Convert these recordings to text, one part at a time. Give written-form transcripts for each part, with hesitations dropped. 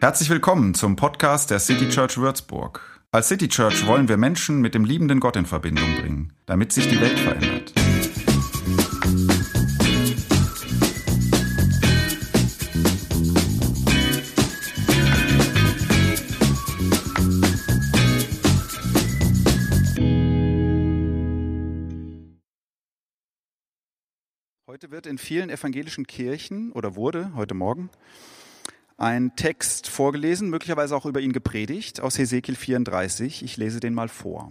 Herzlich willkommen zum Podcast der City Church Würzburg. Als City Church wollen wir Menschen mit dem liebenden Gott in Verbindung bringen, damit sich die Welt verändert. Heute wird in vielen evangelischen Kirchen oder wurde heute Morgen ein Text vorgelesen, möglicherweise auch über ihn gepredigt, aus Hesekiel 34. Ich lese den mal vor.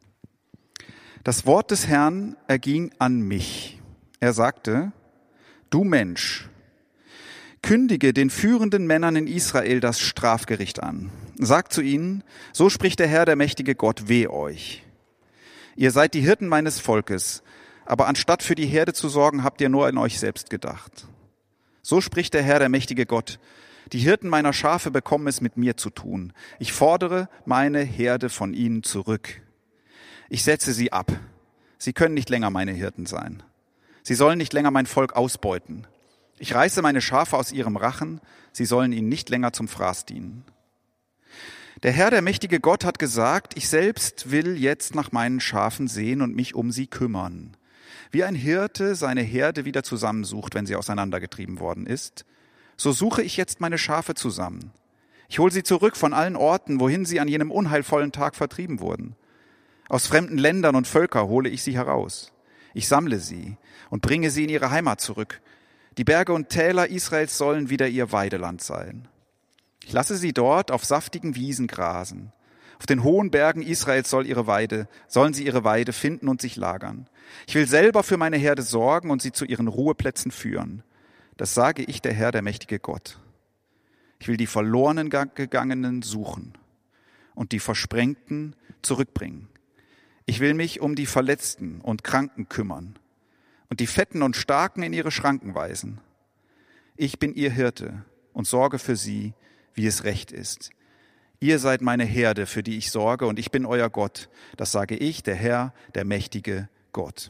Das Wort des Herrn erging an mich. Er sagte: Du Mensch, kündige den führenden Männern in Israel das Strafgericht an. Sag zu ihnen: So spricht der Herr, der mächtige Gott, weh euch. Ihr seid die Hirten meines Volkes, aber anstatt für die Herde zu sorgen, habt ihr nur an euch selbst gedacht. So spricht der Herr, der mächtige Gott: Die Hirten meiner Schafe bekommen es mit mir zu tun. Ich fordere meine Herde von ihnen zurück. Ich setze sie ab. Sie können nicht länger meine Hirten sein. Sie sollen nicht länger mein Volk ausbeuten. Ich reiße meine Schafe aus ihrem Rachen. Sie sollen ihnen nicht länger zum Fraß dienen. Der Herr, der mächtige Gott, hat gesagt: Ich selbst will jetzt nach meinen Schafen sehen und mich um sie kümmern. Wie ein Hirte seine Herde wieder zusammensucht, wenn sie auseinandergetrieben worden ist, so suche ich jetzt meine Schafe zusammen. Ich hole sie zurück von allen Orten, wohin sie an jenem unheilvollen Tag vertrieben wurden. Aus fremden Ländern und Völkern hole ich sie heraus. Ich sammle sie und bringe sie in ihre Heimat zurück. Die Berge und Täler Israels sollen wieder ihr Weideland sein. Ich lasse sie dort auf saftigen Wiesen grasen. Auf den hohen Bergen Israels sollen sie ihre Weide finden und sich lagern. Ich will selber für meine Herde sorgen und sie zu ihren Ruheplätzen führen. Das sage ich, der Herr, der mächtige Gott. Ich will die verloren gegangenen suchen und die Versprengten zurückbringen. Ich will mich um die Verletzten und Kranken kümmern und die Fetten und Starken in ihre Schranken weisen. Ich bin ihr Hirte und sorge für sie, wie es recht ist. Ihr seid meine Herde, für die ich sorge, und ich bin euer Gott. Das sage ich, der Herr, der mächtige Gott.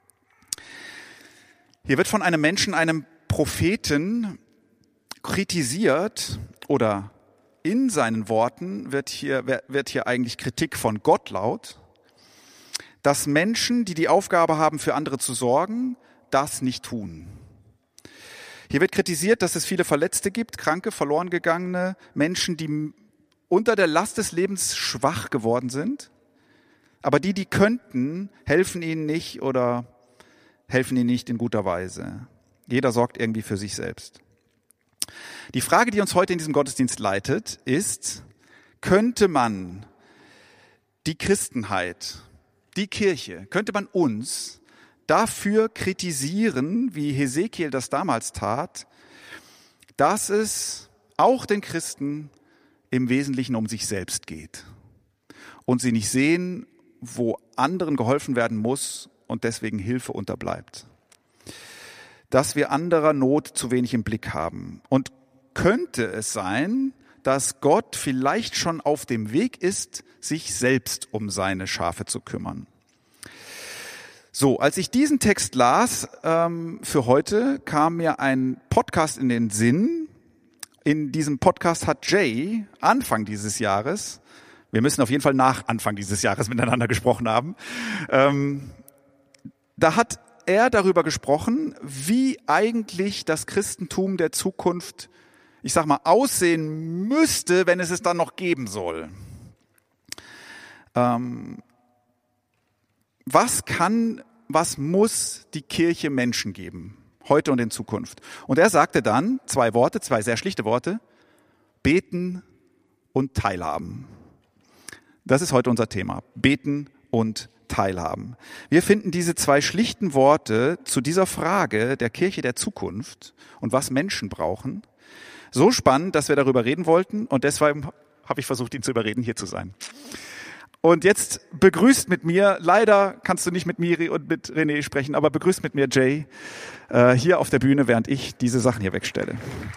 Hier wird von einem Menschen, einem Propheten, kritisiert, oder in seinen Worten wird hier eigentlich Kritik von Gott laut, dass Menschen, die die Aufgabe haben, für andere zu sorgen, das nicht tun. Hier wird kritisiert, dass es viele Verletzte gibt, Kranke, verloren gegangene Menschen, die unter der Last des Lebens schwach geworden sind, aber die könnten, helfen ihnen nicht oder helfen ihnen nicht in guter Weise. Jeder sorgt irgendwie für sich selbst. Die Frage, die uns heute in diesem Gottesdienst leitet, ist: Könnte man die Christenheit, die Kirche, könnte man uns dafür kritisieren, wie Hesekiel das damals tat, dass es auch den Christen im Wesentlichen um sich selbst geht und sie nicht sehen, wo anderen geholfen werden muss und deswegen Hilfe unterbleibt. Dass wir anderer Not zu wenig im Blick haben. Und könnte es sein, dass Gott vielleicht schon auf dem Weg ist, sich selbst um seine Schafe zu kümmern? So, als ich diesen Text las für heute, kam mir ein Podcast in den Sinn. In diesem Podcast hat Jay Anfang dieses Jahres, wir müssen auf jeden Fall nach Anfang dieses Jahres miteinander gesprochen haben, da hat er darüber gesprochen, wie eigentlich das Christentum der Zukunft, ich sag mal, aussehen müsste, wenn es dann noch geben soll. Was muss die Kirche Menschen geben? Heute und in Zukunft. Und er sagte dann zwei sehr schlichte Worte: Beten und Teilhaben. Das ist heute unser Thema. Beten und Teilhaben. Wir finden diese zwei schlichten Worte zu dieser Frage der Kirche der Zukunft und was Menschen brauchen so spannend, dass wir darüber reden wollten, und deshalb habe ich versucht, ihn zu überreden, hier zu sein. Und jetzt begrüßt mit mir, leider kannst du nicht mit Miri und mit René sprechen, aber begrüßt mit mir Jay hier auf der Bühne, während ich diese Sachen hier wegstelle.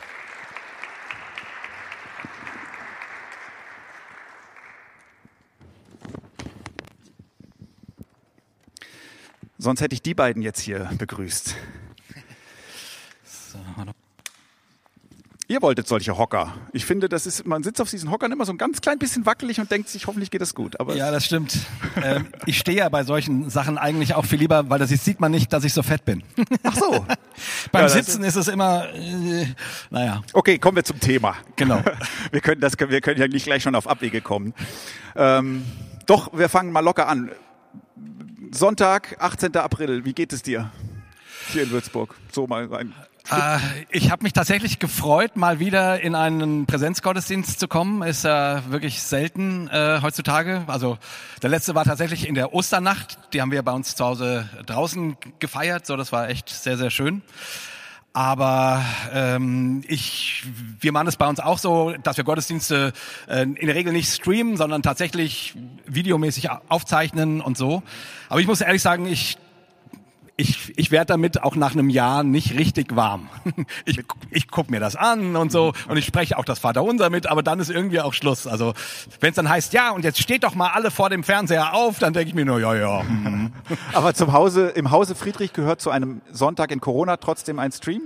Sonst hätte ich die beiden jetzt hier begrüßt. So. Ihr wolltet solche Hocker. Ich finde, man sitzt auf diesen Hockern immer so ein ganz klein bisschen wackelig und denkt sich, hoffentlich geht das gut. Aber ja, das stimmt. Ich stehe ja bei solchen Sachen eigentlich auch viel lieber, weil sieht man nicht, dass ich so fett bin. Ach so. Beim Sitzen ist es immer, naja. Okay, kommen wir zum Thema. Genau. Wir können ja nicht gleich schon auf Abwege kommen. Doch, wir fangen mal locker an. Sonntag, 18. April, wie geht es dir hier in Würzburg? So mal ein ich habe mich tatsächlich gefreut, mal wieder in einen Präsenzgottesdienst zu kommen. Ist ja wirklich selten heutzutage. Also der letzte war tatsächlich in der Osternacht. Die haben wir bei uns zu Hause draußen gefeiert. So, das war echt sehr, sehr schön. Aber wir machen es bei uns auch so, dass wir Gottesdienste in der Regel nicht streamen, sondern tatsächlich videomäßig aufzeichnen und so. Aber ich muss ehrlich sagen, ich werde damit auch nach einem Jahr nicht richtig warm. Ich guck mir das an und so und ich spreche auch das Vaterunser mit, aber dann ist irgendwie auch Schluss. Also wenn es dann heißt, ja und jetzt steht doch mal alle vor dem Fernseher auf, dann denke ich mir nur, ja. Aber im Hause Friedrich gehört zu einem Sonntag in Corona trotzdem ein Stream?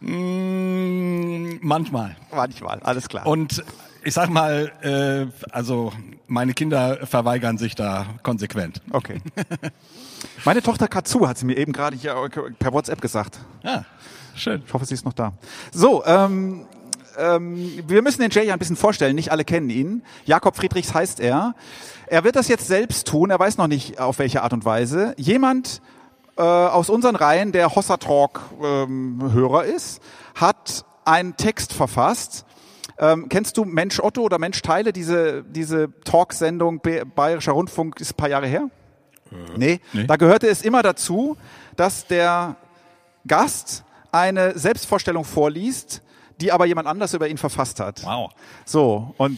Manchmal, alles klar. Und ich sag mal, also meine Kinder verweigern sich da konsequent. Okay. Meine Tochter Katsu hat sie mir eben gerade hier per WhatsApp gesagt. Ja, schön. Ich hoffe, sie ist noch da. So, wir müssen den Jay ja ein bisschen vorstellen. Nicht alle kennen ihn. Jakob Friedrichs heißt er. Er wird das jetzt selbst tun. Er weiß noch nicht, auf welche Art und Weise. Jemand aus unseren Reihen, der Hossa Talk Hörer ist, hat einen Text verfasst. Kennst du Mensch Otto oder Mensch Teile? Diese Talksendung Bayerischer Rundfunk ist ein paar Jahre her. Nee. Da gehörte es immer dazu, dass der Gast eine Selbstvorstellung vorliest, die aber jemand anders über ihn verfasst hat. Wow. So, und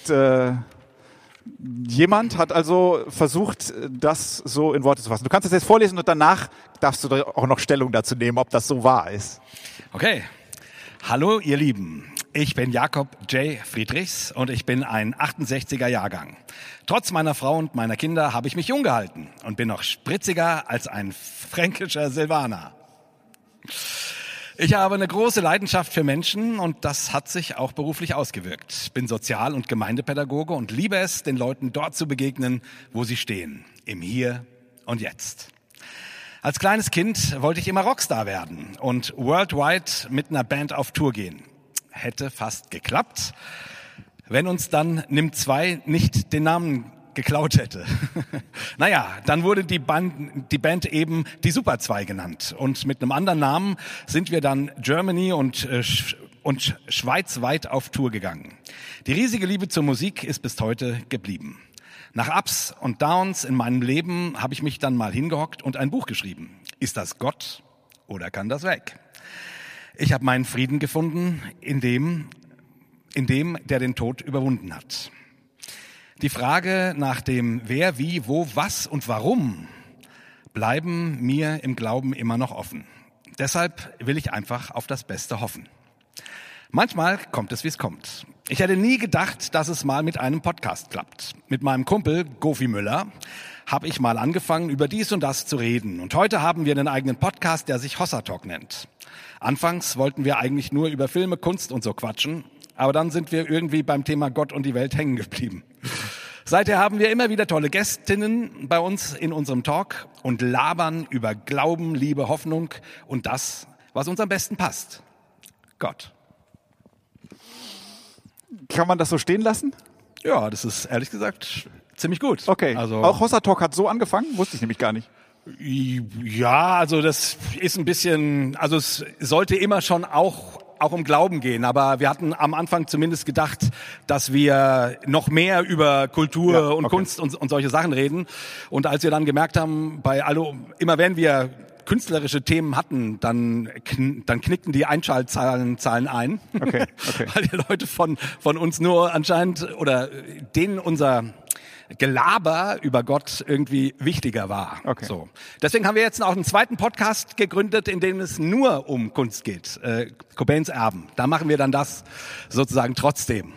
jemand hat also versucht, das so in Worte zu fassen. Du kannst es jetzt vorlesen und danach darfst du auch noch Stellung dazu nehmen, ob das so wahr ist. Okay. Hallo, ihr Lieben. Ich bin Jakob J. Friedrichs und ich bin ein 68er Jahrgang. Trotz meiner Frau und meiner Kinder habe ich mich jung gehalten und bin noch spritziger als ein fränkischer Silvaner. Ich habe eine große Leidenschaft für Menschen und das hat sich auch beruflich ausgewirkt. Bin Sozial- und Gemeindepädagoge und liebe es, den Leuten dort zu begegnen, wo sie stehen, im Hier und Jetzt. Als kleines Kind wollte ich immer Rockstar werden und worldwide mit einer Band auf Tour gehen. Hätte fast geklappt, wenn uns dann NIM2 nicht den Namen geklaut hätte. Naja, dann wurde die Band eben die Super 2 genannt. Und mit einem anderen Namen sind wir dann Germany und schweizweit auf Tour gegangen. Die riesige Liebe zur Musik ist bis heute geblieben. Nach Ups und Downs in meinem Leben habe ich mich dann mal hingehockt und ein Buch geschrieben. Ist das Gott oder kann das weg? Ich habe meinen Frieden gefunden in dem, der den Tod überwunden hat. Die Frage nach dem Wer, Wie, Wo, Was und Warum bleiben mir im Glauben immer noch offen. Deshalb will ich einfach auf das Beste hoffen. Manchmal kommt es, wie es kommt. Ich hätte nie gedacht, dass es mal mit einem Podcast klappt. Mit meinem Kumpel Gofi Müller habe ich mal angefangen, über dies und das zu reden. Und heute haben wir einen eigenen Podcast, der sich Hossa Talk nennt. Anfangs wollten wir eigentlich nur über Filme, Kunst und so quatschen, aber dann sind wir irgendwie beim Thema Gott und die Welt hängen geblieben. Seither haben wir immer wieder tolle Gästinnen bei uns in unserem Talk und labern über Glauben, Liebe, Hoffnung und das, was uns am besten passt. Gott. Kann man das so stehen lassen? Ja, das ist ehrlich gesagt ziemlich gut. Okay, also auch Hossa Talk hat so angefangen? Wusste ich nämlich gar nicht. Ja, also das ist ein bisschen, also es sollte immer schon auch um Glauben gehen, aber wir hatten am Anfang zumindest gedacht, dass wir noch mehr über Kultur und Kunst und solche Sachen reden. Und als wir dann gemerkt haben, immer wenn wir künstlerische Themen hatten, dann knickten die Einschaltzahlen ein. Okay. Weil die Leute von uns nur anscheinend oder denen unser Gelaber über Gott irgendwie wichtiger war. Okay. So. Deswegen haben wir jetzt auch einen zweiten Podcast gegründet, in dem es nur um Kunst geht. Cobains Erben. Da machen wir dann das sozusagen trotzdem.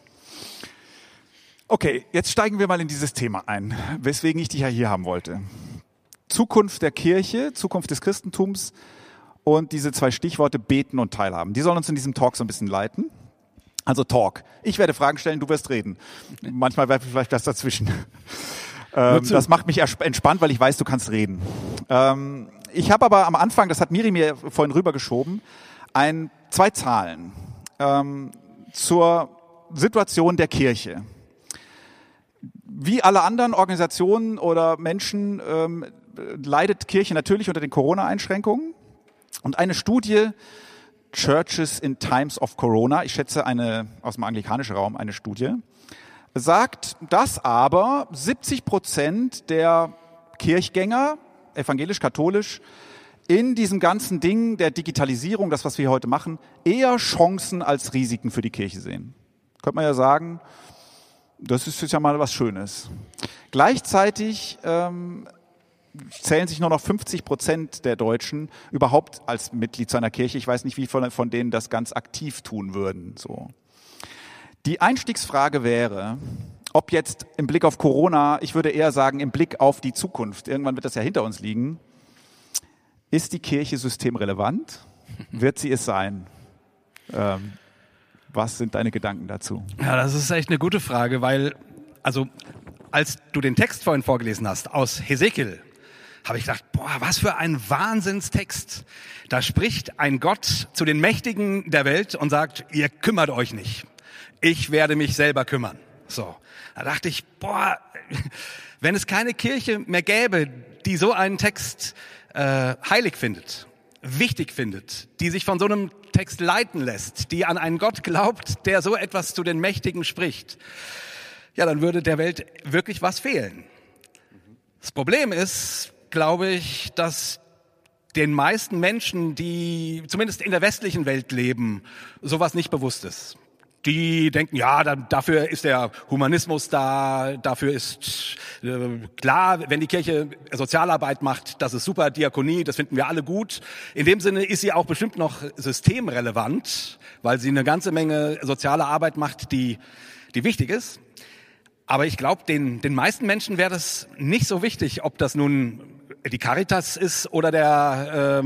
Okay, jetzt steigen wir mal in dieses Thema ein, weswegen ich dich ja hier haben wollte. Zukunft der Kirche, Zukunft des Christentums und diese zwei Stichworte Beten und Teilhaben. Die sollen uns in diesem Talk so ein bisschen leiten. Also Talk. Ich werde Fragen stellen, du wirst reden. Manchmal werfe ich vielleicht was dazwischen. Das macht mich entspannt, weil ich weiß, du kannst reden. Ich habe aber am Anfang, das hat Miri mir vorhin rübergeschoben, zwei Zahlen zur Situation der Kirche. Wie alle anderen Organisationen oder Menschen leidet Kirche natürlich unter den Corona-Einschränkungen. Und eine Studie, Churches in Times of Corona, ich schätze aus dem anglikanischen Raum eine Studie, sagt, dass aber 70% der Kirchgänger, evangelisch-katholisch, in diesem ganzen Ding der Digitalisierung, das, was wir heute machen, eher Chancen als Risiken für die Kirche sehen. Könnte man ja sagen, das ist ja mal was Schönes. Gleichzeitig zählen sich nur noch 50% der Deutschen überhaupt als Mitglied zu einer Kirche. Ich weiß nicht, wie von denen das ganz aktiv tun würden. So. Die Einstiegsfrage wäre, ob jetzt im Blick auf Corona, ich würde eher sagen, im Blick auf die Zukunft, irgendwann wird das ja hinter uns liegen, ist die Kirche systemrelevant? Wird sie es sein? Was sind deine Gedanken dazu? Ja, das ist echt eine gute Frage, weil, also, als du den Text vorhin vorgelesen hast, aus Hesekiel, habe ich gedacht, was für ein Wahnsinnstext. Da spricht ein Gott zu den Mächtigen der Welt und sagt, ihr kümmert euch nicht. Ich werde mich selber kümmern. So. Da dachte ich, wenn es keine Kirche mehr gäbe, die so einen Text heilig findet, wichtig findet, die sich von so einem Text leiten lässt, die an einen Gott glaubt, der so etwas zu den Mächtigen spricht, ja, dann würde der Welt wirklich was fehlen. Das Problem ist, glaube ich, dass den meisten Menschen, die zumindest in der westlichen Welt leben, sowas nicht bewusst ist. Die denken, ja, dafür ist der Humanismus da, dafür ist klar, wenn die Kirche Sozialarbeit macht, das ist super, Diakonie, das finden wir alle gut. In dem Sinne ist sie auch bestimmt noch systemrelevant, weil sie eine ganze Menge soziale Arbeit macht, die wichtig ist. Aber ich glaube, den meisten Menschen wäre das nicht so wichtig, ob das nun die Caritas ist oder der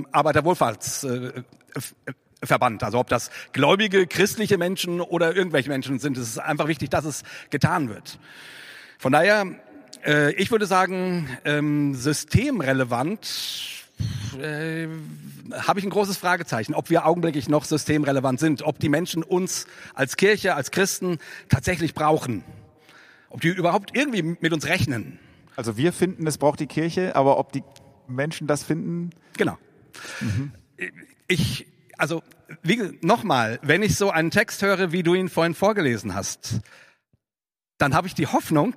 Arbeiterwohlfahrtsverband. Also ob das gläubige, christliche Menschen oder irgendwelche Menschen sind. Es ist einfach wichtig, dass es getan wird. Von daher, ich würde sagen, systemrelevant habe ich ein großes Fragezeichen, ob wir augenblicklich noch systemrelevant sind, ob die Menschen uns als Kirche, als Christen tatsächlich brauchen, ob die überhaupt irgendwie mit uns rechnen. Also wir finden, es braucht die Kirche, aber ob die Menschen das finden? Genau. Nochmal, wenn ich so einen Text höre, wie du ihn vorhin vorgelesen hast, dann habe ich die Hoffnung,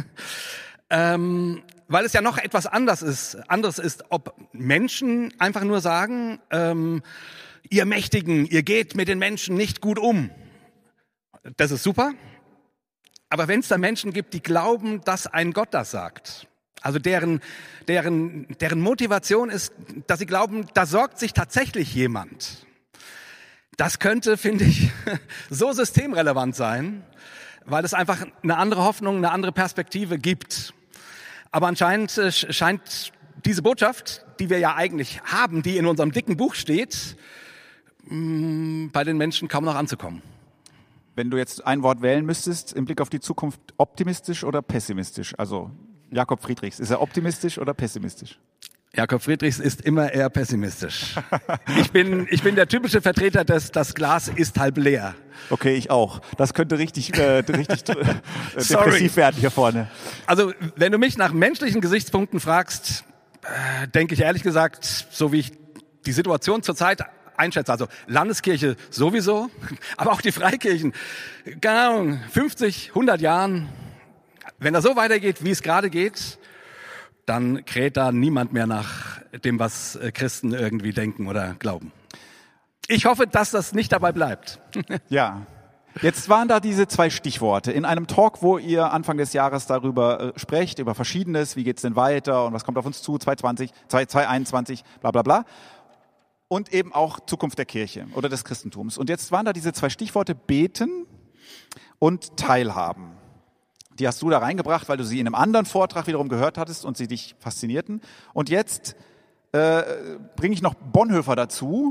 weil es ja noch etwas anderes ist, ob Menschen einfach nur sagen, ihr Mächtigen, ihr geht mit den Menschen nicht gut um. Das ist super. Aber wenn es da Menschen gibt, die glauben, dass ein Gott das sagt, also deren Motivation ist, dass sie glauben, da sorgt sich tatsächlich jemand. Das könnte, finde ich, so systemrelevant sein, weil es einfach eine andere Hoffnung, eine andere Perspektive gibt. Aber anscheinend scheint diese Botschaft, die wir ja eigentlich haben, die in unserem dicken Buch steht, bei den Menschen kaum noch anzukommen. Wenn du jetzt ein Wort wählen müsstest, im Blick auf die Zukunft, optimistisch oder pessimistisch? Also Jakob Friedrichs, ist er optimistisch oder pessimistisch? Jakob Friedrichs ist immer eher pessimistisch. Ich bin der typische Vertreter das Glas ist halb leer. Okay, ich auch. Das könnte richtig depressiv werden hier vorne. Also, wenn du mich nach menschlichen Gesichtspunkten fragst, denke ich ehrlich gesagt, so wie ich die Situation zurzeit einschätze, also Landeskirche sowieso, aber auch die Freikirchen, keine Ahnung, 50, 100 Jahren, wenn das so weitergeht, wie es gerade geht, dann kräht da niemand mehr nach dem, was Christen irgendwie denken oder glauben. Ich hoffe, dass das nicht dabei bleibt. Ja. Jetzt waren da diese zwei Stichworte in einem Talk, wo ihr Anfang des Jahres darüber sprecht, über Verschiedenes, wie geht's denn weiter und was kommt auf uns zu, 2021, bla bla bla. Und eben auch Zukunft der Kirche oder des Christentums. Und jetzt waren da diese zwei Stichworte Beten und Teilhaben. Die hast du da reingebracht, weil du sie in einem anderen Vortrag wiederum gehört hattest und sie dich faszinierten. Und jetzt bringe ich noch Bonhoeffer dazu,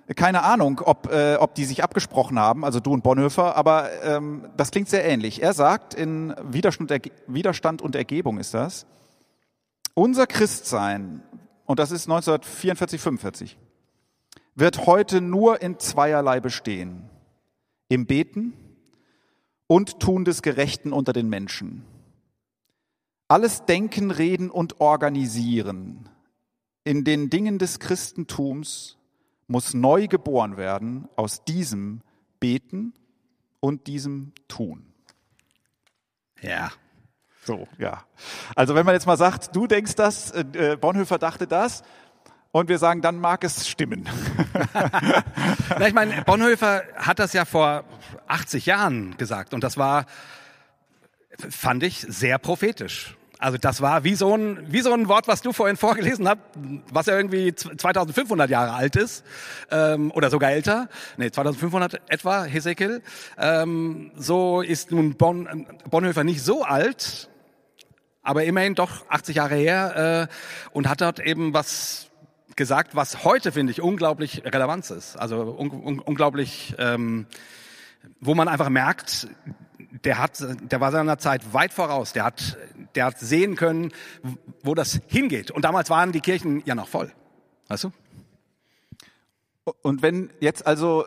Keine Ahnung, ob die sich abgesprochen haben, also du und Bonhoeffer, aber das klingt sehr ähnlich. Er sagt in Widerstand und Ergebung ist das, unser Christsein, und das ist 1944, 45, wird heute nur in zweierlei bestehen. Im Beten und Tun des Gerechten unter den Menschen. Alles Denken, Reden und Organisieren in den Dingen des Christentums muss neu geboren werden aus diesem Beten und diesem Tun. Ja. So, ja. Also wenn man jetzt mal sagt, du denkst das, Bonhoeffer dachte das, und wir sagen, dann mag es stimmen. Na, ich meine, Bonhoeffer hat das ja vor 80 Jahren gesagt und das war, fand ich, sehr prophetisch. Also das war wie so ein Wort, was du vorhin vorgelesen hast, was ja irgendwie 2500 Jahre alt ist oder sogar älter. Nee, 2500 etwa, Hesekiel. So ist nun Bonhoeffer nicht so alt, aber immerhin doch 80 Jahre her und hat dort eben was gesagt, was heute, finde ich, unglaublich relevant ist. Also unglaublich, wo man einfach merkt, der war seiner Zeit weit voraus. Der hat sehen können, wo das hingeht. Und damals waren die Kirchen ja noch voll. Weißt du? Und wenn jetzt also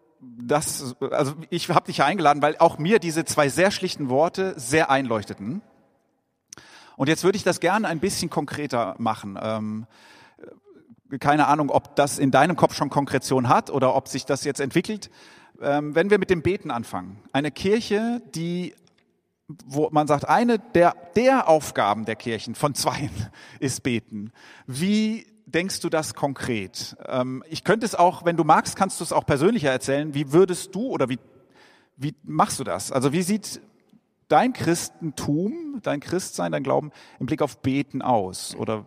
ich habe dich ja eingeladen, weil auch mir diese zwei sehr schlichten Worte sehr einleuchteten. Und jetzt würde ich das gerne ein bisschen konkreter machen. Keine Ahnung, ob das in deinem Kopf schon Konkretion hat oder ob sich das jetzt entwickelt. Wenn wir mit dem Beten anfangen. Eine Kirche, wo man sagt, eine der Aufgaben der Kirchen von zweien ist Beten. Wie denkst du das konkret? Ich könnte es auch, wenn du magst, kannst du es auch persönlicher erzählen. Wie würdest du oder wie machst du das? Also wie sieht dein Christentum, dein Christsein, dein Glauben im Blick auf Beten aus? Oder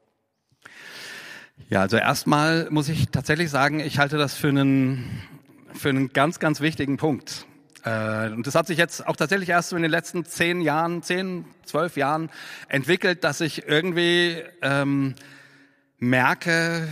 ja, also erstmal muss ich tatsächlich sagen, ich halte das für einen ganz, ganz wichtigen Punkt. Und das hat sich jetzt auch tatsächlich erst so in den letzten 10, 12 Jahren entwickelt, dass ich irgendwie merke,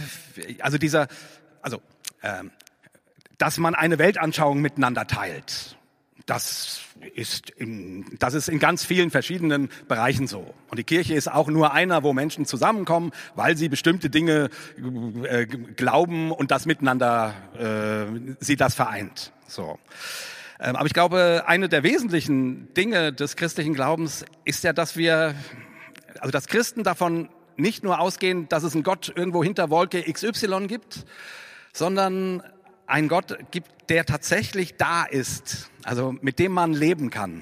dass man eine Weltanschauung miteinander teilt. Das ist in ganz vielen verschiedenen Bereichen so. Und die Kirche ist auch nur einer, wo Menschen zusammenkommen, weil sie bestimmte Dinge glauben und das miteinander sie das vereint. So. Aber ich glaube, eine der wesentlichen Dinge des christlichen Glaubens ist ja, dass Christen davon nicht nur ausgehen, dass es einen Gott irgendwo hinter Wolke XY gibt, sondern einen Gott gibt, der tatsächlich da ist, also mit dem man leben kann.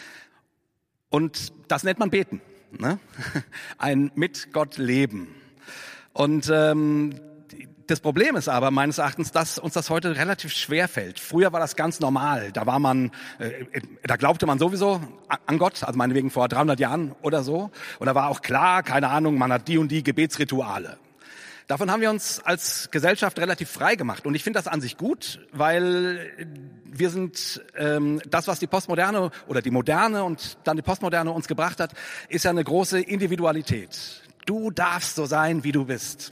Und das nennt man Beten, ne? Ein mit Gott leben. Und das Problem ist aber meines Erachtens, dass uns das heute relativ schwer fällt. Früher war das ganz normal. Da glaubte man sowieso an Gott, also meinetwegen vor 300 Jahren oder so. Und da war auch klar, keine Ahnung, man hat die und die Gebetsrituale. Davon haben wir uns als Gesellschaft relativ frei gemacht. Und ich finde das an sich gut, weil wir sind, das, was die Postmoderne oder die Moderne und dann die Postmoderne uns gebracht hat, ist ja eine große Individualität. Du darfst so sein, wie du bist.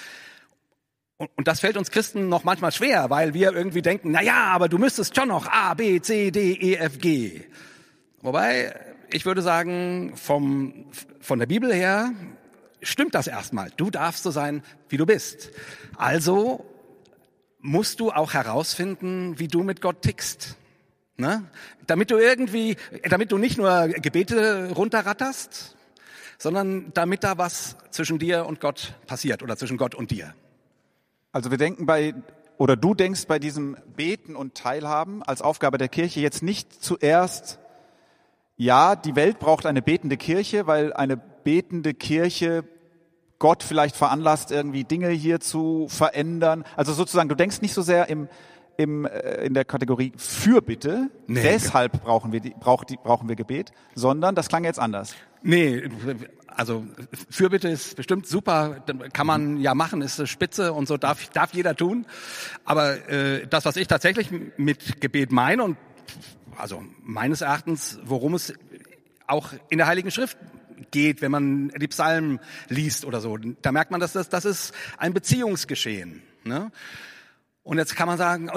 Und das fällt uns Christen noch manchmal schwer, weil wir irgendwie denken, na ja, aber du müsstest schon noch A, B, C, D, E, F, G. Wobei, ich würde sagen, von der Bibel her stimmt das erstmal. Du darfst so sein, wie du bist. Also musst du auch herausfinden, wie du mit Gott tickst. Ne? Damit du nicht nur Gebete runterratterst, sondern damit da was zwischen dir und Gott passiert oder zwischen Gott und dir. Also du denkst bei diesem Beten und Teilhaben als Aufgabe der Kirche jetzt nicht zuerst, ja, die Welt braucht eine betende Kirche, weil eine betende Kirche Gott vielleicht veranlasst, irgendwie Dinge hier zu verändern. Also sozusagen, du denkst nicht so sehr in der Kategorie Fürbitte, nee, deshalb brauchen wir Gebet, sondern das klang jetzt anders. Nee, also Fürbitte ist bestimmt super, kann man ja machen, ist eine Spitze und so darf jeder tun. Aber das, was ich tatsächlich mit Gebet meine und also meines Erachtens, worum es auch in der Heiligen Schrift geht, wenn man die Psalmen liest oder so, da merkt man, dass das ist ein Beziehungsgeschehen. Ne? Und jetzt kann man sagen,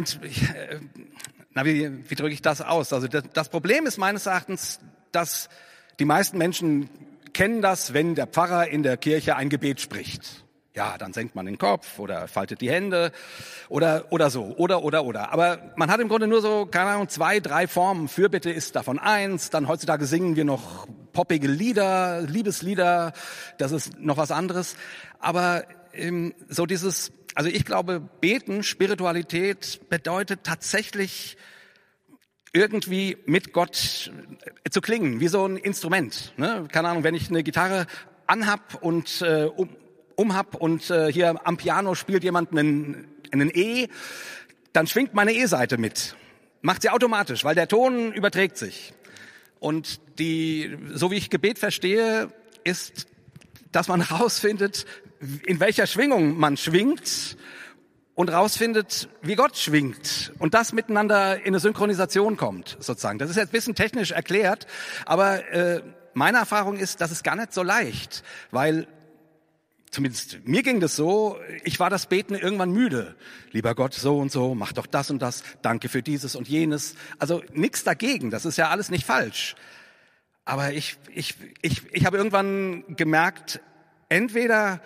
wie drücke ich das aus? Also das Problem ist meines Erachtens, dass die meisten Menschen kennen das, wenn der Pfarrer in der Kirche ein Gebet spricht. Ja, dann senkt man den Kopf oder faltet die Hände oder so. Aber man hat im Grunde nur so, keine Ahnung, 2, 3 Formen. Fürbitte ist davon eins. Dann heutzutage singen wir noch poppige Lieder, Liebeslieder. Das ist noch was anderes. Aber so dieses, also ich glaube, Beten, Spiritualität bedeutet tatsächlich irgendwie mit Gott zu klingen, wie so ein Instrument. Ne? Keine Ahnung, wenn ich eine Gitarre anhab und umhab und hier am Piano spielt jemand einen E, dann schwingt meine E-Seite mit. Macht sie automatisch, weil der Ton überträgt sich. Und so wie ich Gebet verstehe, ist, dass man rausfindet, in welcher Schwingung man schwingt und rausfindet, wie Gott schwingt und das miteinander in eine Synchronisation kommt, sozusagen. Das ist jetzt ein bisschen technisch erklärt, aber meine Erfahrung ist, das ist gar nicht so leicht, weil zumindest mir ging das so, ich war das Beten irgendwann müde. Lieber Gott, so und so, mach doch das und das, danke für dieses und jenes. Also nichts dagegen, das ist ja alles nicht falsch. Aber ich habe irgendwann gemerkt, entweder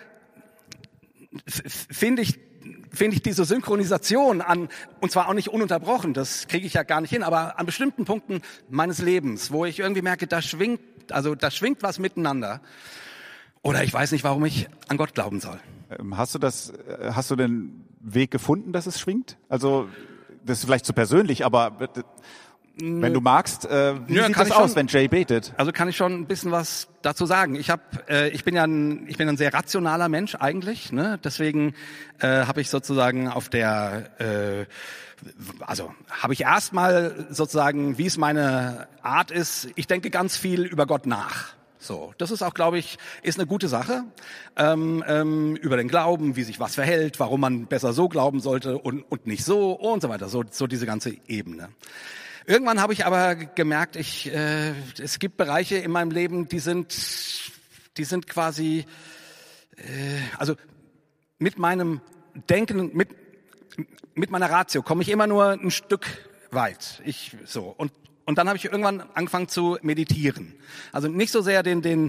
finde ich diese Synchronisation an, und zwar auch nicht ununterbrochen, das kriege ich ja gar nicht hin, aber an bestimmten Punkten meines Lebens, wo ich irgendwie merke, da schwingt was miteinander. Oder ich weiß nicht, warum ich an Gott glauben soll. Hast du den Weg gefunden, dass es schwingt? Also, das ist vielleicht zu persönlich, aber wenn du magst, wie sieht das aus, wenn Jay betet? Also kann ich schon ein bisschen was dazu sagen. Ich bin ein sehr rationaler Mensch eigentlich, ne? Deswegen habe ich sozusagen habe ich erstmal sozusagen, wie es meine Art ist, ich denke ganz viel über Gott nach. So, das ist auch, glaube ich, ist eine gute Sache, über den Glauben, wie sich was verhält, warum man besser so glauben sollte und nicht so und so weiter, so diese ganze Ebene. Irgendwann habe ich aber gemerkt, es gibt Bereiche in meinem Leben, die sind quasi, also mit meinem Denken, mit meiner Ratio komme ich immer nur ein Stück weit. Und dann habe ich irgendwann angefangen zu meditieren. Also nicht so sehr den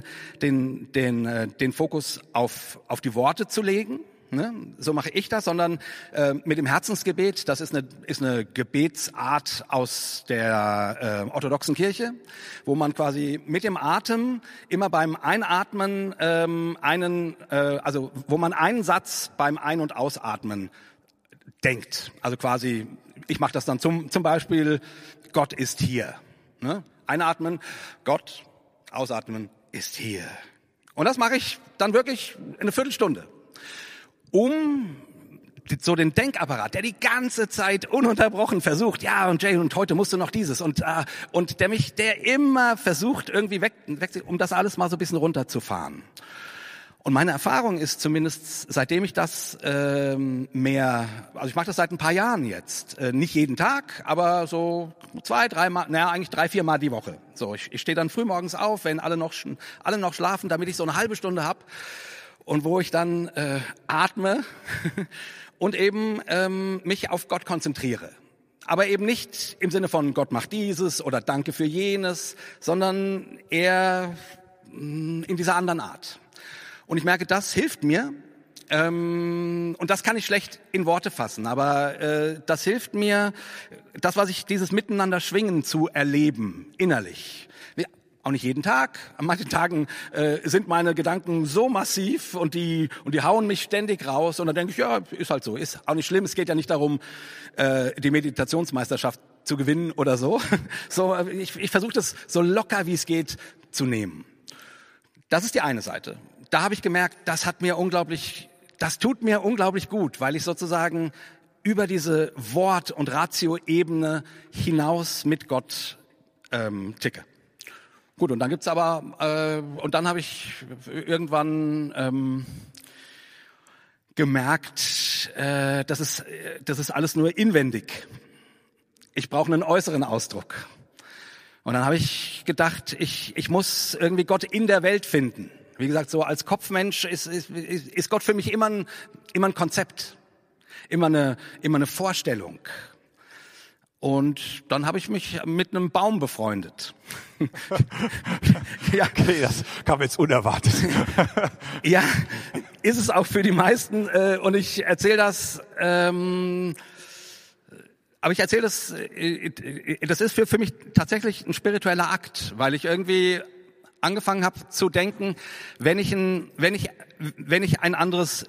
Fokus auf die Worte zu legen, ne? So mache ich das, sondern mit dem Herzensgebet. Das ist eine Gebetsart aus der orthodoxen Kirche, wo man quasi mit dem Atem immer beim Einatmen wo man einen Satz beim Ein- und Ausatmen denkt. Also quasi, ich mache das dann zum Beispiel, Gott ist hier. Ne? Einatmen, Gott, ausatmen, ist hier. Und das mache ich dann wirklich eine Viertelstunde, um so den Denkapparat, der die ganze Zeit ununterbrochen versucht, ja und Jay und heute musst du noch dieses und der immer versucht irgendwie weg, um das alles mal so ein bisschen runterzufahren. Und meine Erfahrung ist zumindest, seitdem ich das also ich mache das seit ein paar Jahren jetzt, nicht jeden Tag, aber so 2, 3 Mal, eigentlich 3, 4 Mal die Woche. So, ich stehe dann früh morgens auf, wenn alle noch schlafen, damit ich so eine halbe Stunde hab und wo ich dann atme und eben mich auf Gott konzentriere. Aber eben nicht im Sinne von Gott macht dieses oder danke für jenes, sondern eher in dieser anderen Art. Und ich merke, das hilft mir. Und das kann ich schlecht in Worte fassen. Aber das hilft mir, dieses Miteinander schwingen zu erleben, innerlich. Auch nicht jeden Tag. An manchen Tagen sind meine Gedanken so massiv und die hauen mich ständig raus. Und dann denke ich, ja, ist halt so. Ist auch nicht schlimm. Es geht ja nicht darum, die Meditationsmeisterschaft zu gewinnen oder so. Ich versuche das so locker wie es geht zu nehmen. Das ist die eine Seite. Da habe ich gemerkt, das tut mir unglaublich gut, weil ich sozusagen über diese Wort- und Ratio-Ebene hinaus mit Gott ticke. Gut, und dann gibt's aber, und dann habe ich irgendwann gemerkt, das ist alles nur inwendig. Ich brauche einen äußeren Ausdruck. Und dann habe ich gedacht, ich muss irgendwie Gott in der Welt finden. Wie gesagt, so als Kopfmensch ist Gott für mich immer ein Konzept. immer eine Vorstellung. Und dann habe ich mich mit einem Baum befreundet. Ja, okay, das kam jetzt unerwartet. Ja, ist es auch für die meisten. Und ich erzähle das, aber ich erzähle das, das ist für mich tatsächlich ein spiritueller Akt, weil ich irgendwie angefangen habe zu denken, wenn ich ein anderes,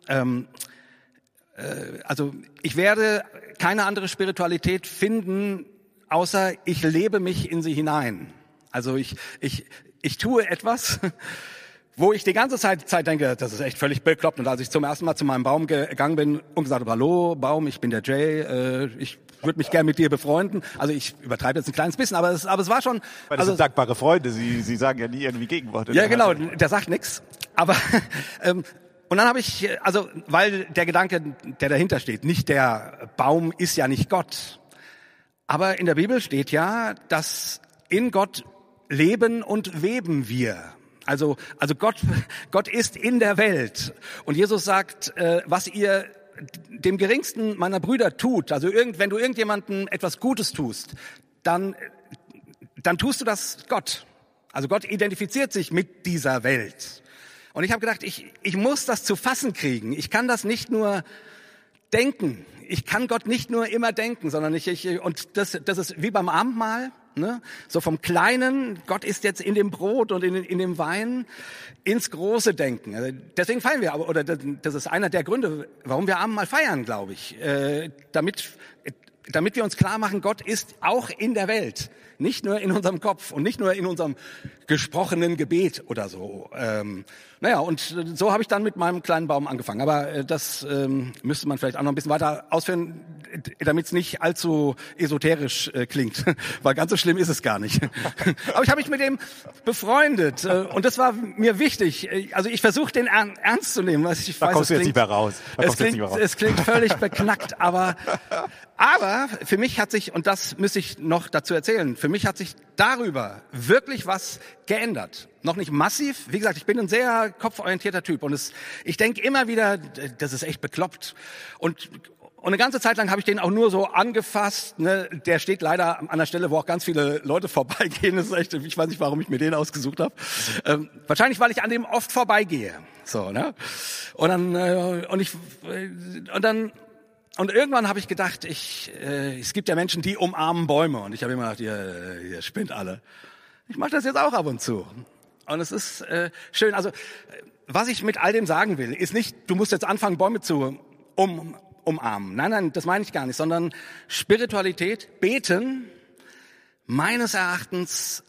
also ich werde keine andere Spiritualität finden, außer ich lebe mich in sie hinein. Also ich tue etwas, wo ich die ganze Zeit denke, das ist echt völlig bekloppt. Und als ich zum ersten Mal zu meinem Baum gegangen bin und gesagt habe, hallo Baum, ich bin der Jay, ich würde mich gerne mit dir befreunden. Also ich übertreibe jetzt ein kleines bisschen, aber es war schon... Weil das sind dankbare Freunde, Sie sagen ja nie irgendwie Gegenworte. Ja genau, der sagt nichts. Aber... Und dann habe ich, also weil der Gedanke, der dahinter steht, nicht der Baum ist ja nicht Gott. Aber in der Bibel steht ja, dass in Gott leben und weben wir. Also Gott ist in der Welt. Und Jesus sagt, was ihr dem geringsten meiner Brüder tut, also wenn du irgendjemandem etwas Gutes tust, dann tust du das Gott. Also Gott identifiziert sich mit dieser Welt. Und ich habe gedacht, ich muss das zu fassen kriegen. Ich kann das nicht nur denken. Ich kann Gott nicht nur immer denken, sondern und das ist wie beim Abendmahl, ne? So vom Kleinen, Gott ist jetzt in dem Brot und in dem Wein, ins große Denken. Also deswegen feiern wir, oder das ist einer der Gründe, warum wir Abendmahl feiern, glaube ich, damit wir uns klar machen, Gott ist auch in der Welt, nicht nur in unserem Kopf und nicht nur in unserem gesprochenen Gebet oder so. Und so habe ich dann mit meinem kleinen Baum angefangen. Aber das müsste man vielleicht auch noch ein bisschen weiter ausführen, damit es nicht allzu esoterisch klingt, weil ganz so schlimm ist es gar nicht. Aber ich habe mich mit dem befreundet und das war mir wichtig. Also ich versuche den ernst zu nehmen. Da kommst du jetzt nicht mehr raus. Es klingt völlig beknackt, aber für mich hat sich, und das müsste ich noch dazu erzählen, für mich hat sich darüber wirklich was geändert. Noch nicht massiv. Wie gesagt, ich bin ein sehr kopforientierter Typ und ich denke immer wieder, das ist echt bekloppt. Und eine ganze Zeit lang habe ich den auch nur so angefasst. Ne? Der steht leider an der Stelle, wo auch ganz viele Leute vorbeigehen. Das ist echt, ich weiß nicht, warum ich mir den ausgesucht habe. Wahrscheinlich, weil ich an dem oft vorbeigehe. So, ne? Und irgendwann habe ich gedacht, es gibt ja Menschen, die umarmen Bäume. Und ich habe immer gedacht, ihr spinnt alle. Ich mache das jetzt auch ab und zu. Und es ist schön. Also, was ich mit all dem sagen will, ist nicht, du musst jetzt anfangen, Bäume zu umarmen. Nein, das meine ich gar nicht. Sondern Spiritualität, Beten, meines Erachtens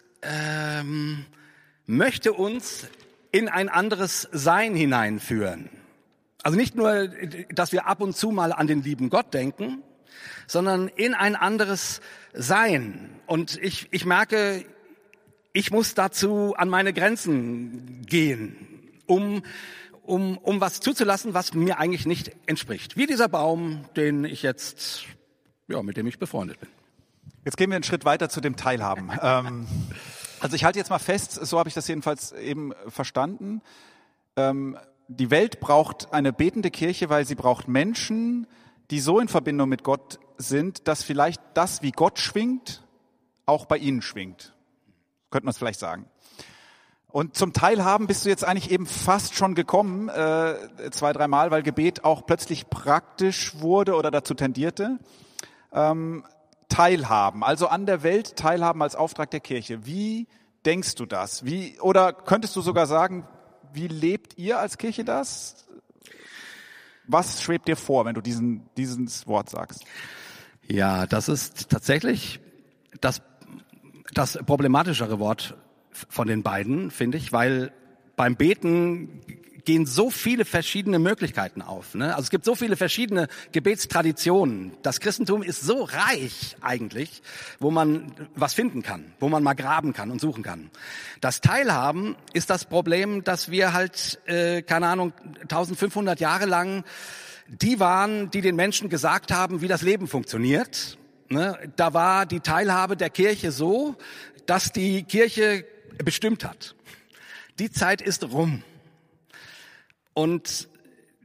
möchte uns in ein anderes Sein hineinführen. Also nicht nur, dass wir ab und zu mal an den lieben Gott denken, sondern in ein anderes Sein. Und ich merke, ich muss dazu an meine Grenzen gehen, um was zuzulassen, was mir eigentlich nicht entspricht. Wie dieser Baum, mit dem ich befreundet bin. Jetzt gehen wir einen Schritt weiter zu dem Teilhaben. Also ich halte jetzt mal fest, so habe ich das jedenfalls eben verstanden. Die Welt braucht eine betende Kirche, weil sie braucht Menschen, die so in Verbindung mit Gott sind, dass vielleicht das, wie Gott schwingt, auch bei ihnen schwingt. Könnte man es vielleicht sagen. Und zum Teilhaben bist du jetzt eigentlich eben fast schon gekommen, 2-3 Mal, weil Gebet auch plötzlich praktisch wurde oder dazu tendierte. Teilhaben, also an der Welt teilhaben als Auftrag der Kirche. Wie denkst du das? Oder könntest du sogar sagen, wie lebt ihr als Kirche das? Was schwebt dir vor, wenn du dieses Wort sagst? Ja, das ist tatsächlich das problematischere Wort von den beiden, finde ich, weil beim Beten gehen so viele verschiedene Möglichkeiten auf. Ne? Also es gibt so viele verschiedene Gebetstraditionen. Das Christentum ist so reich eigentlich, wo man was finden kann, wo man mal graben kann und suchen kann. Das Teilhaben ist das Problem, dass wir halt, 1500 Jahre lang die waren, die den Menschen gesagt haben, wie das Leben funktioniert. Ne? Da war die Teilhabe der Kirche so, dass die Kirche bestimmt hat. Die Zeit ist rum. Und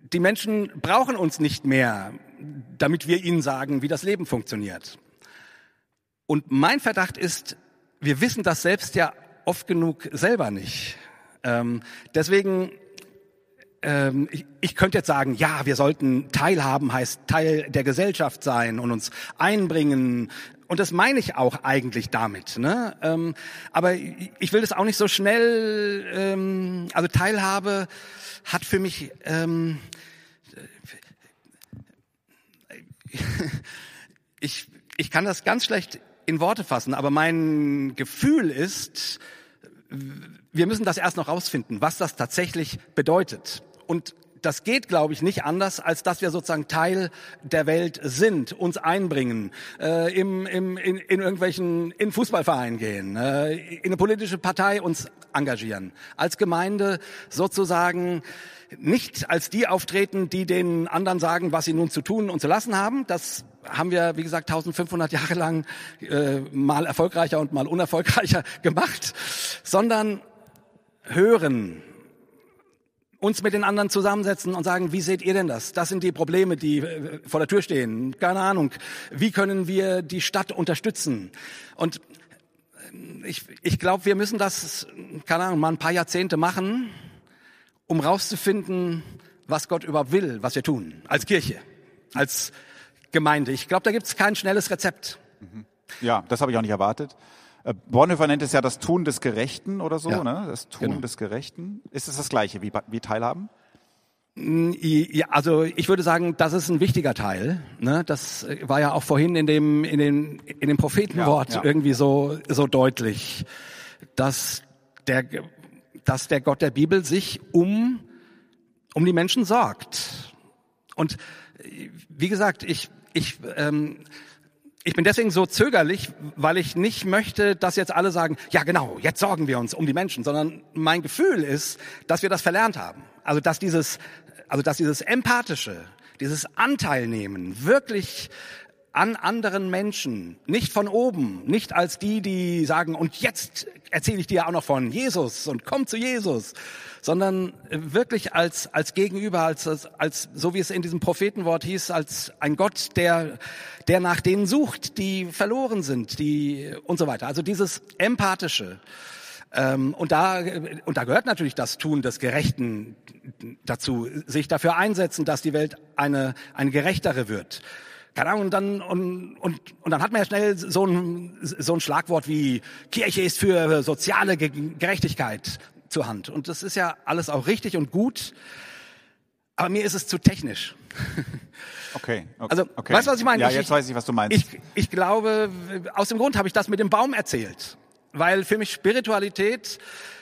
die Menschen brauchen uns nicht mehr, damit wir ihnen sagen, wie das Leben funktioniert. Und mein Verdacht ist, wir wissen das selbst ja oft genug selber nicht. Deswegen, ich könnte jetzt sagen, ja, wir sollten teilhaben, heißt Teil der Gesellschaft sein und uns einbringen. Und das meine ich auch eigentlich damit. Ne? Aber ich will das auch nicht so schnell, also Teilhabe hat für mich, ich kann das ganz schlecht in Worte fassen, aber mein Gefühl ist, wir müssen das erst noch rausfinden, was das tatsächlich bedeutet. Und das geht, glaube ich, nicht anders, als dass wir sozusagen Teil der Welt sind, uns einbringen, in Fußballvereinen gehen, in eine politische Partei uns engagieren, als Gemeinde sozusagen nicht als die auftreten, die den anderen sagen, was sie nun zu tun und zu lassen haben. Das haben wir, wie gesagt, 1500 Jahre lang mal erfolgreicher und mal unerfolgreicher gemacht, sondern hören, uns mit den anderen zusammensetzen und sagen, wie seht ihr denn das? Das sind die Probleme, die vor der Tür stehen. Keine Ahnung. Wie können wir die Stadt unterstützen? Und ich glaube, wir müssen das, keine Ahnung, mal ein paar Jahrzehnte machen, um rauszufinden, was Gott überhaupt will, was wir tun, als Kirche, als Gemeinde. Ich glaube, da gibt es kein schnelles Rezept. Ja, das habe ich auch nicht erwartet. Bonhoeffer nennt es ja das Tun des Gerechten oder so, Ja, ne? Das Tun des Gerechten. Ist es das Gleiche wie Teilhaben? Ja, also ich würde sagen, das ist ein wichtiger Teil. Ne? Das war ja auch vorhin in dem Prophetenwort irgendwie so deutlich, dass der Gott der Bibel sich um die Menschen sorgt. Und wie gesagt, ich bin deswegen so zögerlich, weil ich nicht möchte, dass jetzt alle sagen, ja genau, jetzt sorgen wir uns um die Menschen, sondern mein Gefühl ist, dass wir das verlernt haben. Also dass dieses Empathische, dieses Anteilnehmen wirklich an anderen Menschen, nicht von oben, nicht als die sagen, und jetzt erzähle ich dir auch noch von Jesus und komm zu Jesus, sondern wirklich als Gegenüber, als so wie es in diesem Prophetenwort hieß, als ein Gott, der nach denen sucht, die verloren sind, die und so weiter. Also dieses Empathische. Und da gehört natürlich das Tun des Gerechten dazu, sich dafür einsetzen, dass die Welt eine gerechtere wird. Keine Ahnung, und dann hat man ja schnell so ein Schlagwort wie Kirche ist für soziale Gerechtigkeit zur Hand. Und das ist ja alles auch richtig und gut, aber mir ist es zu technisch. Okay. Also, weißt du, was ich meine? Ja, jetzt weiß ich, was du meinst. Ich glaube, aus dem Grund habe ich das mit dem Baum erzählt, weil für mich Spiritualität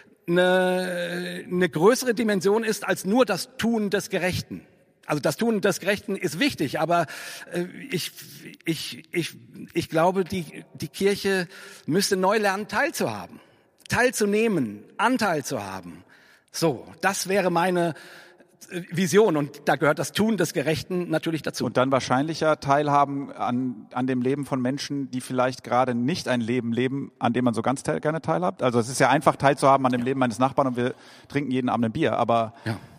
eine größere Dimension ist als nur das Tun des Gerechten. Also das Tun des Gerechten ist wichtig, aber ich glaube, die Kirche müsste neu lernen, teilzuhaben, teilzunehmen, Anteil zu haben. So, das wäre meine Vision und da gehört das Tun des Gerechten natürlich dazu. Und dann wahrscheinlicher teilhaben an dem Leben von Menschen, die vielleicht gerade nicht ein Leben leben, an dem man so ganz gerne teilhabt. Also es ist ja einfach teilzuhaben an dem Leben meines Nachbarn und wir trinken jeden Abend ein Bier, aber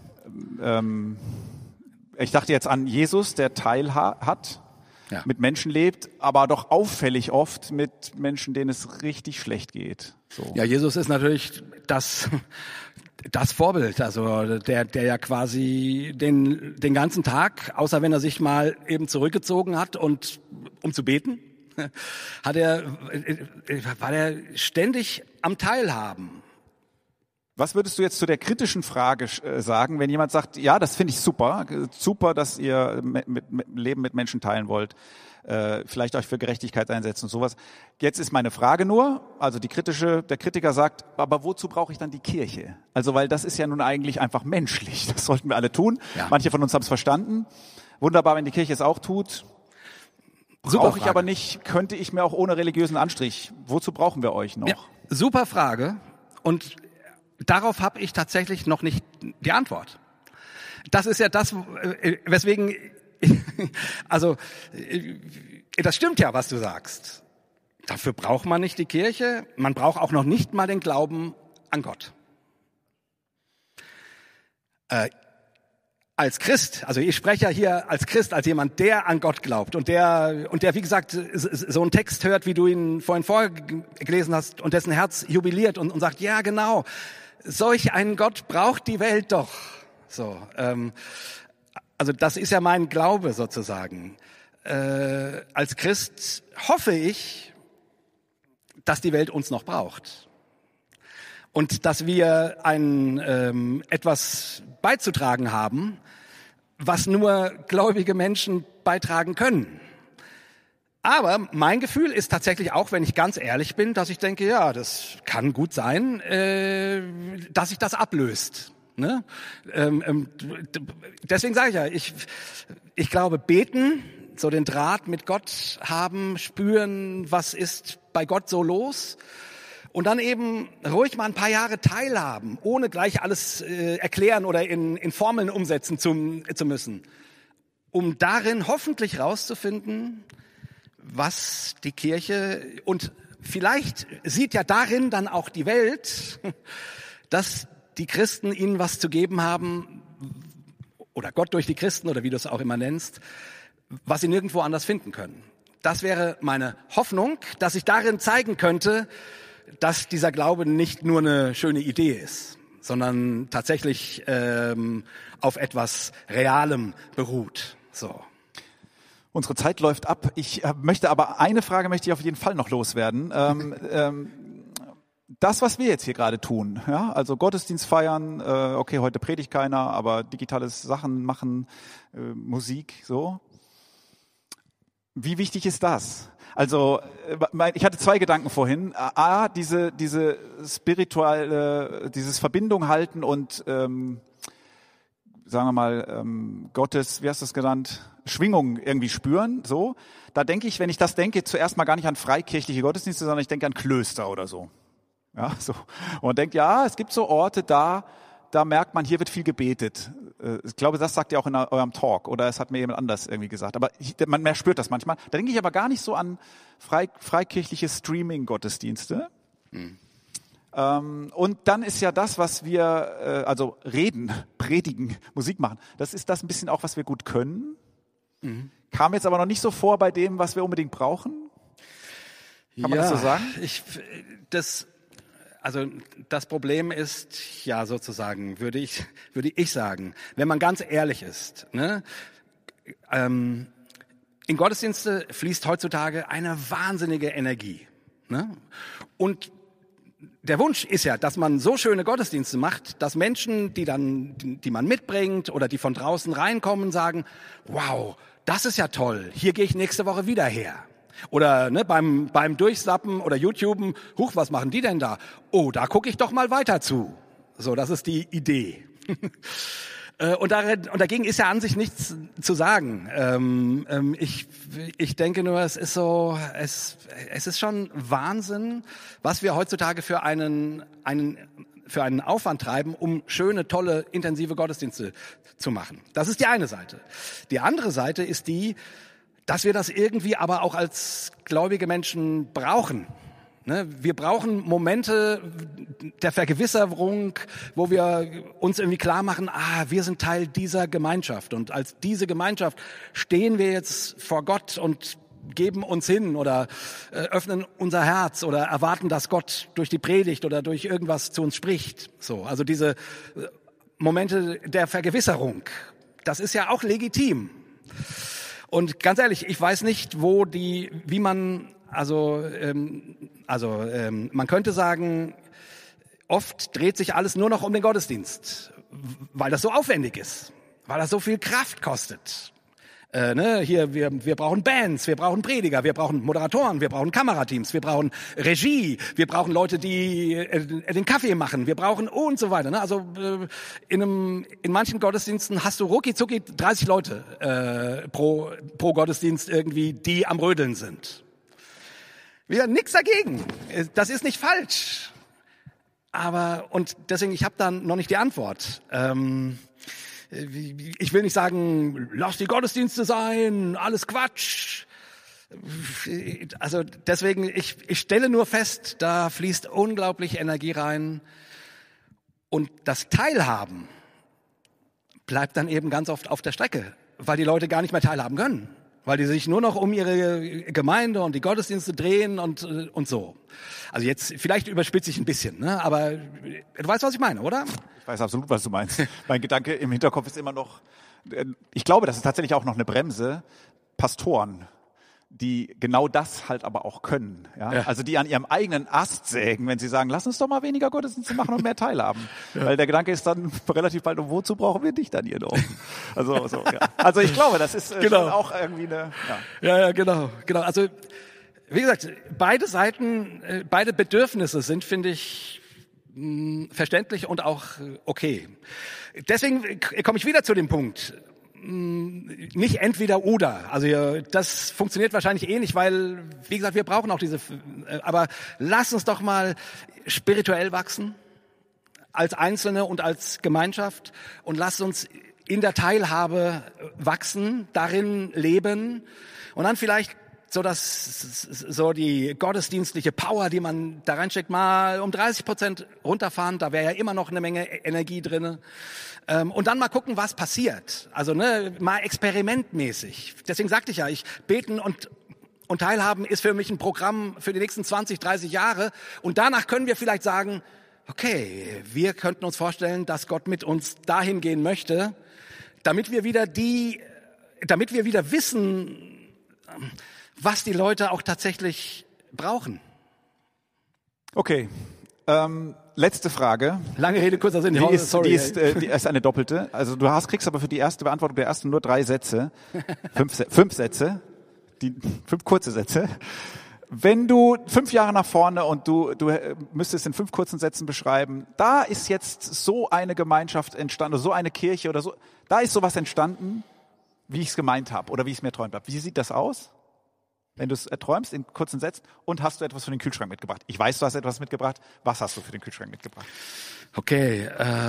ich dachte jetzt an Jesus, der hat, mit Menschen lebt, aber doch auffällig oft mit Menschen, denen es richtig schlecht geht. So. Ja, Jesus ist natürlich das Vorbild, also der ja quasi den ganzen Tag, außer wenn er sich mal eben zurückgezogen hat und um zu beten, war er ständig am Teilhaben. Was würdest du jetzt zu der kritischen Frage sagen, wenn jemand sagt, ja, das finde ich super, dass ihr Leben mit Menschen teilen wollt, vielleicht euch für Gerechtigkeit einsetzen und sowas. Jetzt ist meine Frage nur, also der Kritiker sagt, aber wozu brauche ich dann die Kirche? Also weil das ist ja nun eigentlich einfach menschlich, das sollten wir alle tun. Ja. Manche von uns haben es verstanden. Wunderbar, wenn die Kirche es auch tut. Brauche ich aber nicht, könnte ich mir auch ohne religiösen Anstrich. Wozu brauchen wir euch noch? Ja, super Frage und darauf habe ich tatsächlich noch nicht die Antwort. Das ist ja das, weswegen, also das stimmt ja, was du sagst. Dafür braucht man nicht die Kirche, man braucht auch noch nicht mal den Glauben an Gott. als Christ, also ich spreche ja hier als Christ, als jemand, der an Gott glaubt und der, wie gesagt, so einen Text hört, wie du ihn vorhin vorgelesen hast und dessen Herz jubiliert und sagt, ja genau, solch einen Gott braucht die Welt doch. So, also das ist ja mein Glaube sozusagen. Als Christ hoffe ich, dass die Welt uns noch braucht. Und dass wir etwas beizutragen haben, was nur gläubige Menschen beitragen können. Aber mein Gefühl ist tatsächlich auch, wenn ich ganz ehrlich bin, dass ich denke, ja, das kann gut sein, dass sich das ablöst. Ne? Deswegen sage ich ja, ich glaube, beten, so den Draht mit Gott haben, spüren, was ist bei Gott so los. Und dann eben ruhig mal ein paar Jahre teilhaben, ohne gleich alles erklären oder in Formeln umsetzen zu müssen, um darin hoffentlich rauszufinden, was die Kirche und vielleicht sieht ja darin dann auch die Welt, dass die Christen ihnen was zu geben haben oder Gott durch die Christen oder wie du es auch immer nennst, was sie nirgendwo anders finden können. Das wäre meine Hoffnung, dass ich darin zeigen könnte, dass dieser Glaube nicht nur eine schöne Idee ist, sondern tatsächlich auf etwas Realem beruht. So. Unsere Zeit läuft ab. Eine Frage möchte ich auf jeden Fall noch loswerden. Das, was wir jetzt hier gerade tun, ja, also Gottesdienst feiern, okay, heute predigt keiner, aber digitales Sachen machen, Musik, so. Wie wichtig ist das? Also, ich hatte zwei Gedanken vorhin. A, diese spirituelle, dieses Verbindung halten und, sagen wir mal, Gottes, wie hast du es genannt, Schwingung irgendwie spüren, so. Da denke ich, wenn ich das denke, zuerst mal gar nicht an freikirchliche Gottesdienste, sondern ich denke an Klöster oder so. Ja, so. Und denkt, ja, es gibt so Orte, da merkt man, hier wird viel gebetet. Ich glaube, das sagt ihr auch in eurem Talk, oder es hat mir jemand anders irgendwie gesagt. Aber man spürt das manchmal. Da denke ich aber gar nicht so an freikirchliche Streaming-Gottesdienste. Und dann ist ja das, was wir, also reden, predigen, Musik machen, das ist das ein bisschen auch, was wir gut können. Kam jetzt aber noch nicht so vor bei dem, was wir unbedingt brauchen. Kann man das so sagen? Also das Problem ist, ja sozusagen, würde ich sagen, wenn man ganz ehrlich ist, ne, in Gottesdienste fließt heutzutage eine wahnsinnige Energie. Ne? Und der Wunsch ist ja, dass man so schöne Gottesdienste macht, dass Menschen, die man mitbringt oder die von draußen reinkommen, sagen, wow, das ist ja toll, hier gehe ich nächste Woche wieder her. Oder ne, beim Durchsappen oder YouTuben, huch, was machen die denn da? Oh, da gucke ich doch mal weiter zu. So, das ist die Idee. Und dagegen ist ja an sich nichts zu sagen. Ich denke nur, es ist schon Wahnsinn, was wir heutzutage für einen Aufwand treiben, um schöne, tolle, intensive Gottesdienste zu machen. Das ist die eine Seite. Die andere Seite ist die, dass wir das irgendwie aber auch als gläubige Menschen brauchen. Wir brauchen Momente der Vergewisserung, wo wir uns irgendwie klar machen, wir sind Teil dieser Gemeinschaft. Und als diese Gemeinschaft stehen wir jetzt vor Gott und geben uns hin oder öffnen unser Herz oder erwarten, dass Gott durch die Predigt oder durch irgendwas zu uns spricht. So, also diese Momente der Vergewisserung, das ist ja auch legitim. Und ganz ehrlich, ich weiß nicht, man könnte sagen, oft dreht sich alles nur noch um den Gottesdienst, weil das so aufwendig ist, weil das so viel Kraft kostet. Wir brauchen Bands, wir brauchen Prediger, wir brauchen Moderatoren, wir brauchen Kamerateams, wir brauchen Regie, wir brauchen Leute, die den Kaffee machen, wir brauchen und so weiter. Ne? Also in manchen Gottesdiensten hast du rucki-zucki 30 Leute pro Gottesdienst irgendwie, die am Rödeln sind. Wieder nix dagegen. Das ist nicht falsch. Und deswegen, ich habe dann noch nicht die Antwort. Ich will nicht sagen, lass die Gottesdienste sein, alles Quatsch. Also deswegen, ich stelle nur fest, da fließt unglaublich Energie rein. Und das Teilhaben bleibt dann eben ganz oft auf der Strecke, weil die Leute gar nicht mehr teilhaben können. Weil die sich nur noch um ihre Gemeinde und die Gottesdienste drehen und so. Also jetzt, vielleicht überspitze ich ein bisschen, ne? Aber du weißt, was ich meine, oder? Ich weiß absolut, was du meinst. Mein Gedanke im Hinterkopf ist immer noch, ich glaube, das ist tatsächlich auch noch eine Bremse, Pastoren, die genau das halt aber auch können. Ja? Also die an ihrem eigenen Ast sägen, wenn sie sagen, lass uns doch mal weniger Gottesdienste machen und mehr teilhaben. Weil der Gedanke ist dann relativ bald, wozu brauchen wir dich dann hier noch? Also ich glaube, das ist schon auch irgendwie eine... Ja, genau. Also wie gesagt, beide Seiten, beide Bedürfnisse sind, finde ich, verständlich und auch okay. Deswegen komme ich wieder zu dem Punkt, nicht entweder oder. Also das funktioniert wahrscheinlich eh nicht, weil, wie gesagt, wir brauchen auch aber lass uns doch mal spirituell wachsen, als Einzelne und als Gemeinschaft, und lass uns in der Teilhabe wachsen, darin leben und dann vielleicht so die gottesdienstliche Power, die man da reinsteckt, mal um 30% runterfahren. Da wäre ja immer noch eine Menge Energie drinne. Und dann mal gucken, was passiert. Also mal experimentmäßig. Deswegen sagte ich ja, beten und teilhaben ist für mich ein Programm für die nächsten 20, 30 Jahre. Und danach können wir vielleicht sagen, okay, wir könnten uns vorstellen, dass Gott mit uns dahin gehen möchte, damit wir wieder wissen, was die Leute auch tatsächlich brauchen. Okay, letzte Frage. Lange Rede, kurzer Sinn. Die ist eine doppelte. Also kriegst aber für die erste Beantwortung der ersten nur 3 Sätze. 5 Sätze. 5 kurze Sätze. Wenn du 5 Jahre nach vorne und du müsstest in 5 kurzen Sätzen beschreiben, da ist jetzt so eine Gemeinschaft entstanden, oder so eine Kirche oder so, da ist sowas entstanden, wie ich es gemeint habe oder wie ich es mir erträumt habe. Wie sieht das aus? Wenn du es erträumst in kurzen Sätzen, und hast du etwas für den Kühlschrank mitgebracht? Ich weiß, du hast etwas mitgebracht. Was hast du für den Kühlschrank mitgebracht? Okay,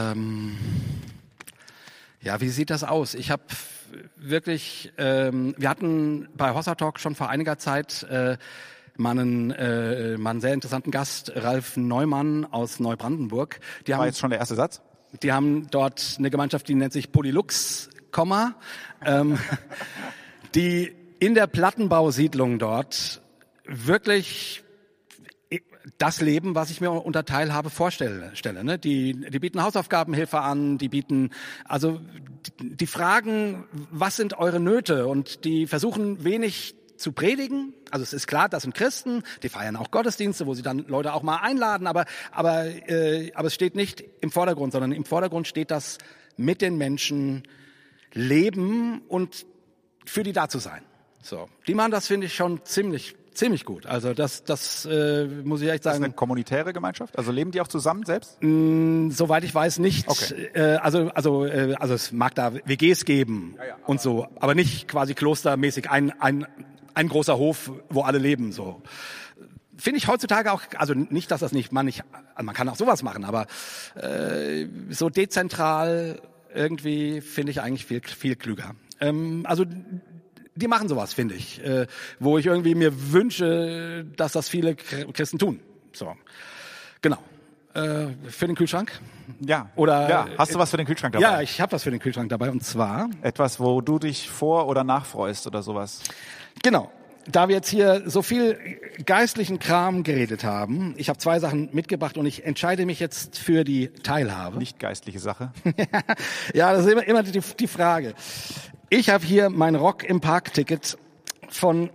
wie sieht das aus? Ich habe wirklich, wir hatten bei Hossa Talk schon vor einiger Zeit mal einen sehr interessanten Gast, Ralf Neumann aus Neubrandenburg. War jetzt schon der erste Satz? Die haben dort eine Gemeinschaft, die nennt sich Polylux, die in der Plattenbausiedlung dort wirklich das Leben, was ich mir unter Teilhabe vorstelle. Ne? Die bieten Hausaufgabenhilfe an, die fragen, was sind eure Nöte? Und die versuchen wenig zu predigen. Also es ist klar, das sind Christen, die feiern auch Gottesdienste, wo sie dann Leute auch mal einladen, aber es steht nicht im Vordergrund, sondern im Vordergrund steht das mit den Menschen leben und für die da zu sein. So, die machen das, finde ich, schon ziemlich gut. Also das muss ich echt sagen. Das ist eine kommunitäre Gemeinschaft? Also leben die auch zusammen selbst? Soweit ich weiß nicht. Okay. Also es mag da WGs geben und so, aber nicht quasi klostermäßig ein großer Hof, wo alle leben. So finde ich heutzutage auch. Also nicht, dass man kann auch sowas machen, aber so dezentral irgendwie finde ich eigentlich viel klüger. Die machen sowas, finde ich, wo ich irgendwie mir wünsche, dass das viele Christen tun. So, genau. Für den Kühlschrank? Ja. Oder ja. Hast du was für den Kühlschrank dabei? Ja, ich habe was für den Kühlschrank dabei, und zwar etwas, wo du dich vor- oder nachfreust oder sowas. Genau. Da wir jetzt hier so viel geistlichen Kram geredet haben, ich habe 2 Sachen mitgebracht und ich entscheide mich jetzt für die Teilhabe. Nicht geistliche Sache. Ja, das ist immer die Frage. Ich habe hier mein Rock im Park-Ticket von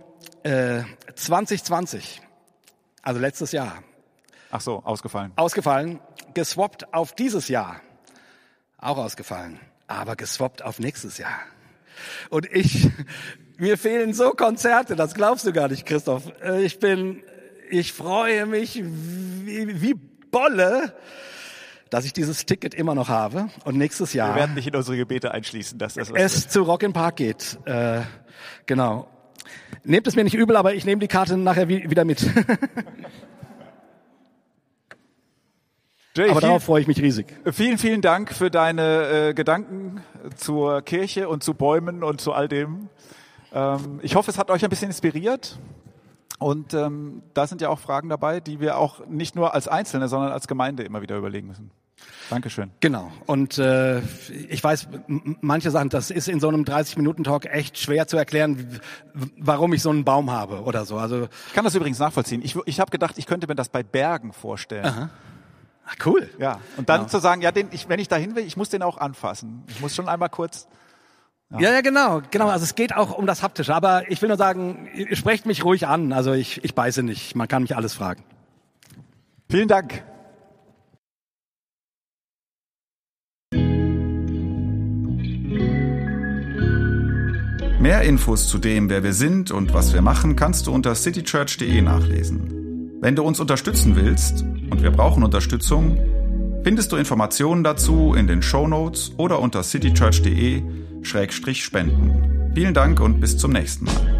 2020, also letztes Jahr. Ach so, ausgefallen. Ausgefallen, geswappt auf dieses Jahr, auch ausgefallen, aber geswappt auf nächstes Jahr. Und mir fehlen so Konzerte, das glaubst du gar nicht, Christoph. Ich freue mich wie Bolle, dass ich dieses Ticket immer noch habe und nächstes Jahr wir werden dich in unsere Gebete einschließen, dass das es zu Rock im Park geht. Genau. Nehmt es mir nicht übel, aber ich nehme die Karte nachher wieder mit. Jay, aber darauf freue ich mich riesig. Vielen, vielen Dank für deine Gedanken zur Kirche und zu Bäumen und zu all dem. Ich hoffe, es hat euch ein bisschen inspiriert. Und da sind ja auch Fragen dabei, die wir auch nicht nur als Einzelne, sondern als Gemeinde immer wieder überlegen müssen. Dankeschön. Genau. Und ich weiß, manche Sachen, das ist in so einem 30-Minuten-Talk echt schwer zu erklären, warum ich so einen Baum habe oder so. Also Ich kann das übrigens nachvollziehen. Ich habe gedacht, ich könnte mir das bei Bergen vorstellen. Aha. Ach, cool. Ja. Und dann zu sagen, ja, wenn ich dahin will, ich muss den auch anfassen. Ich muss schon einmal kurz. Ja, genau. Also es geht auch um das Haptische. Aber ich will nur sagen, ihr sprecht mich ruhig an. Also ich beiße nicht. Man kann mich alles fragen. Vielen Dank. Mehr Infos zu dem, wer wir sind und was wir machen, kannst du unter citychurch.de nachlesen. Wenn du uns unterstützen willst, und wir brauchen Unterstützung, findest du Informationen dazu in den Shownotes oder unter citychurch.de/spenden. Vielen Dank und bis zum nächsten Mal.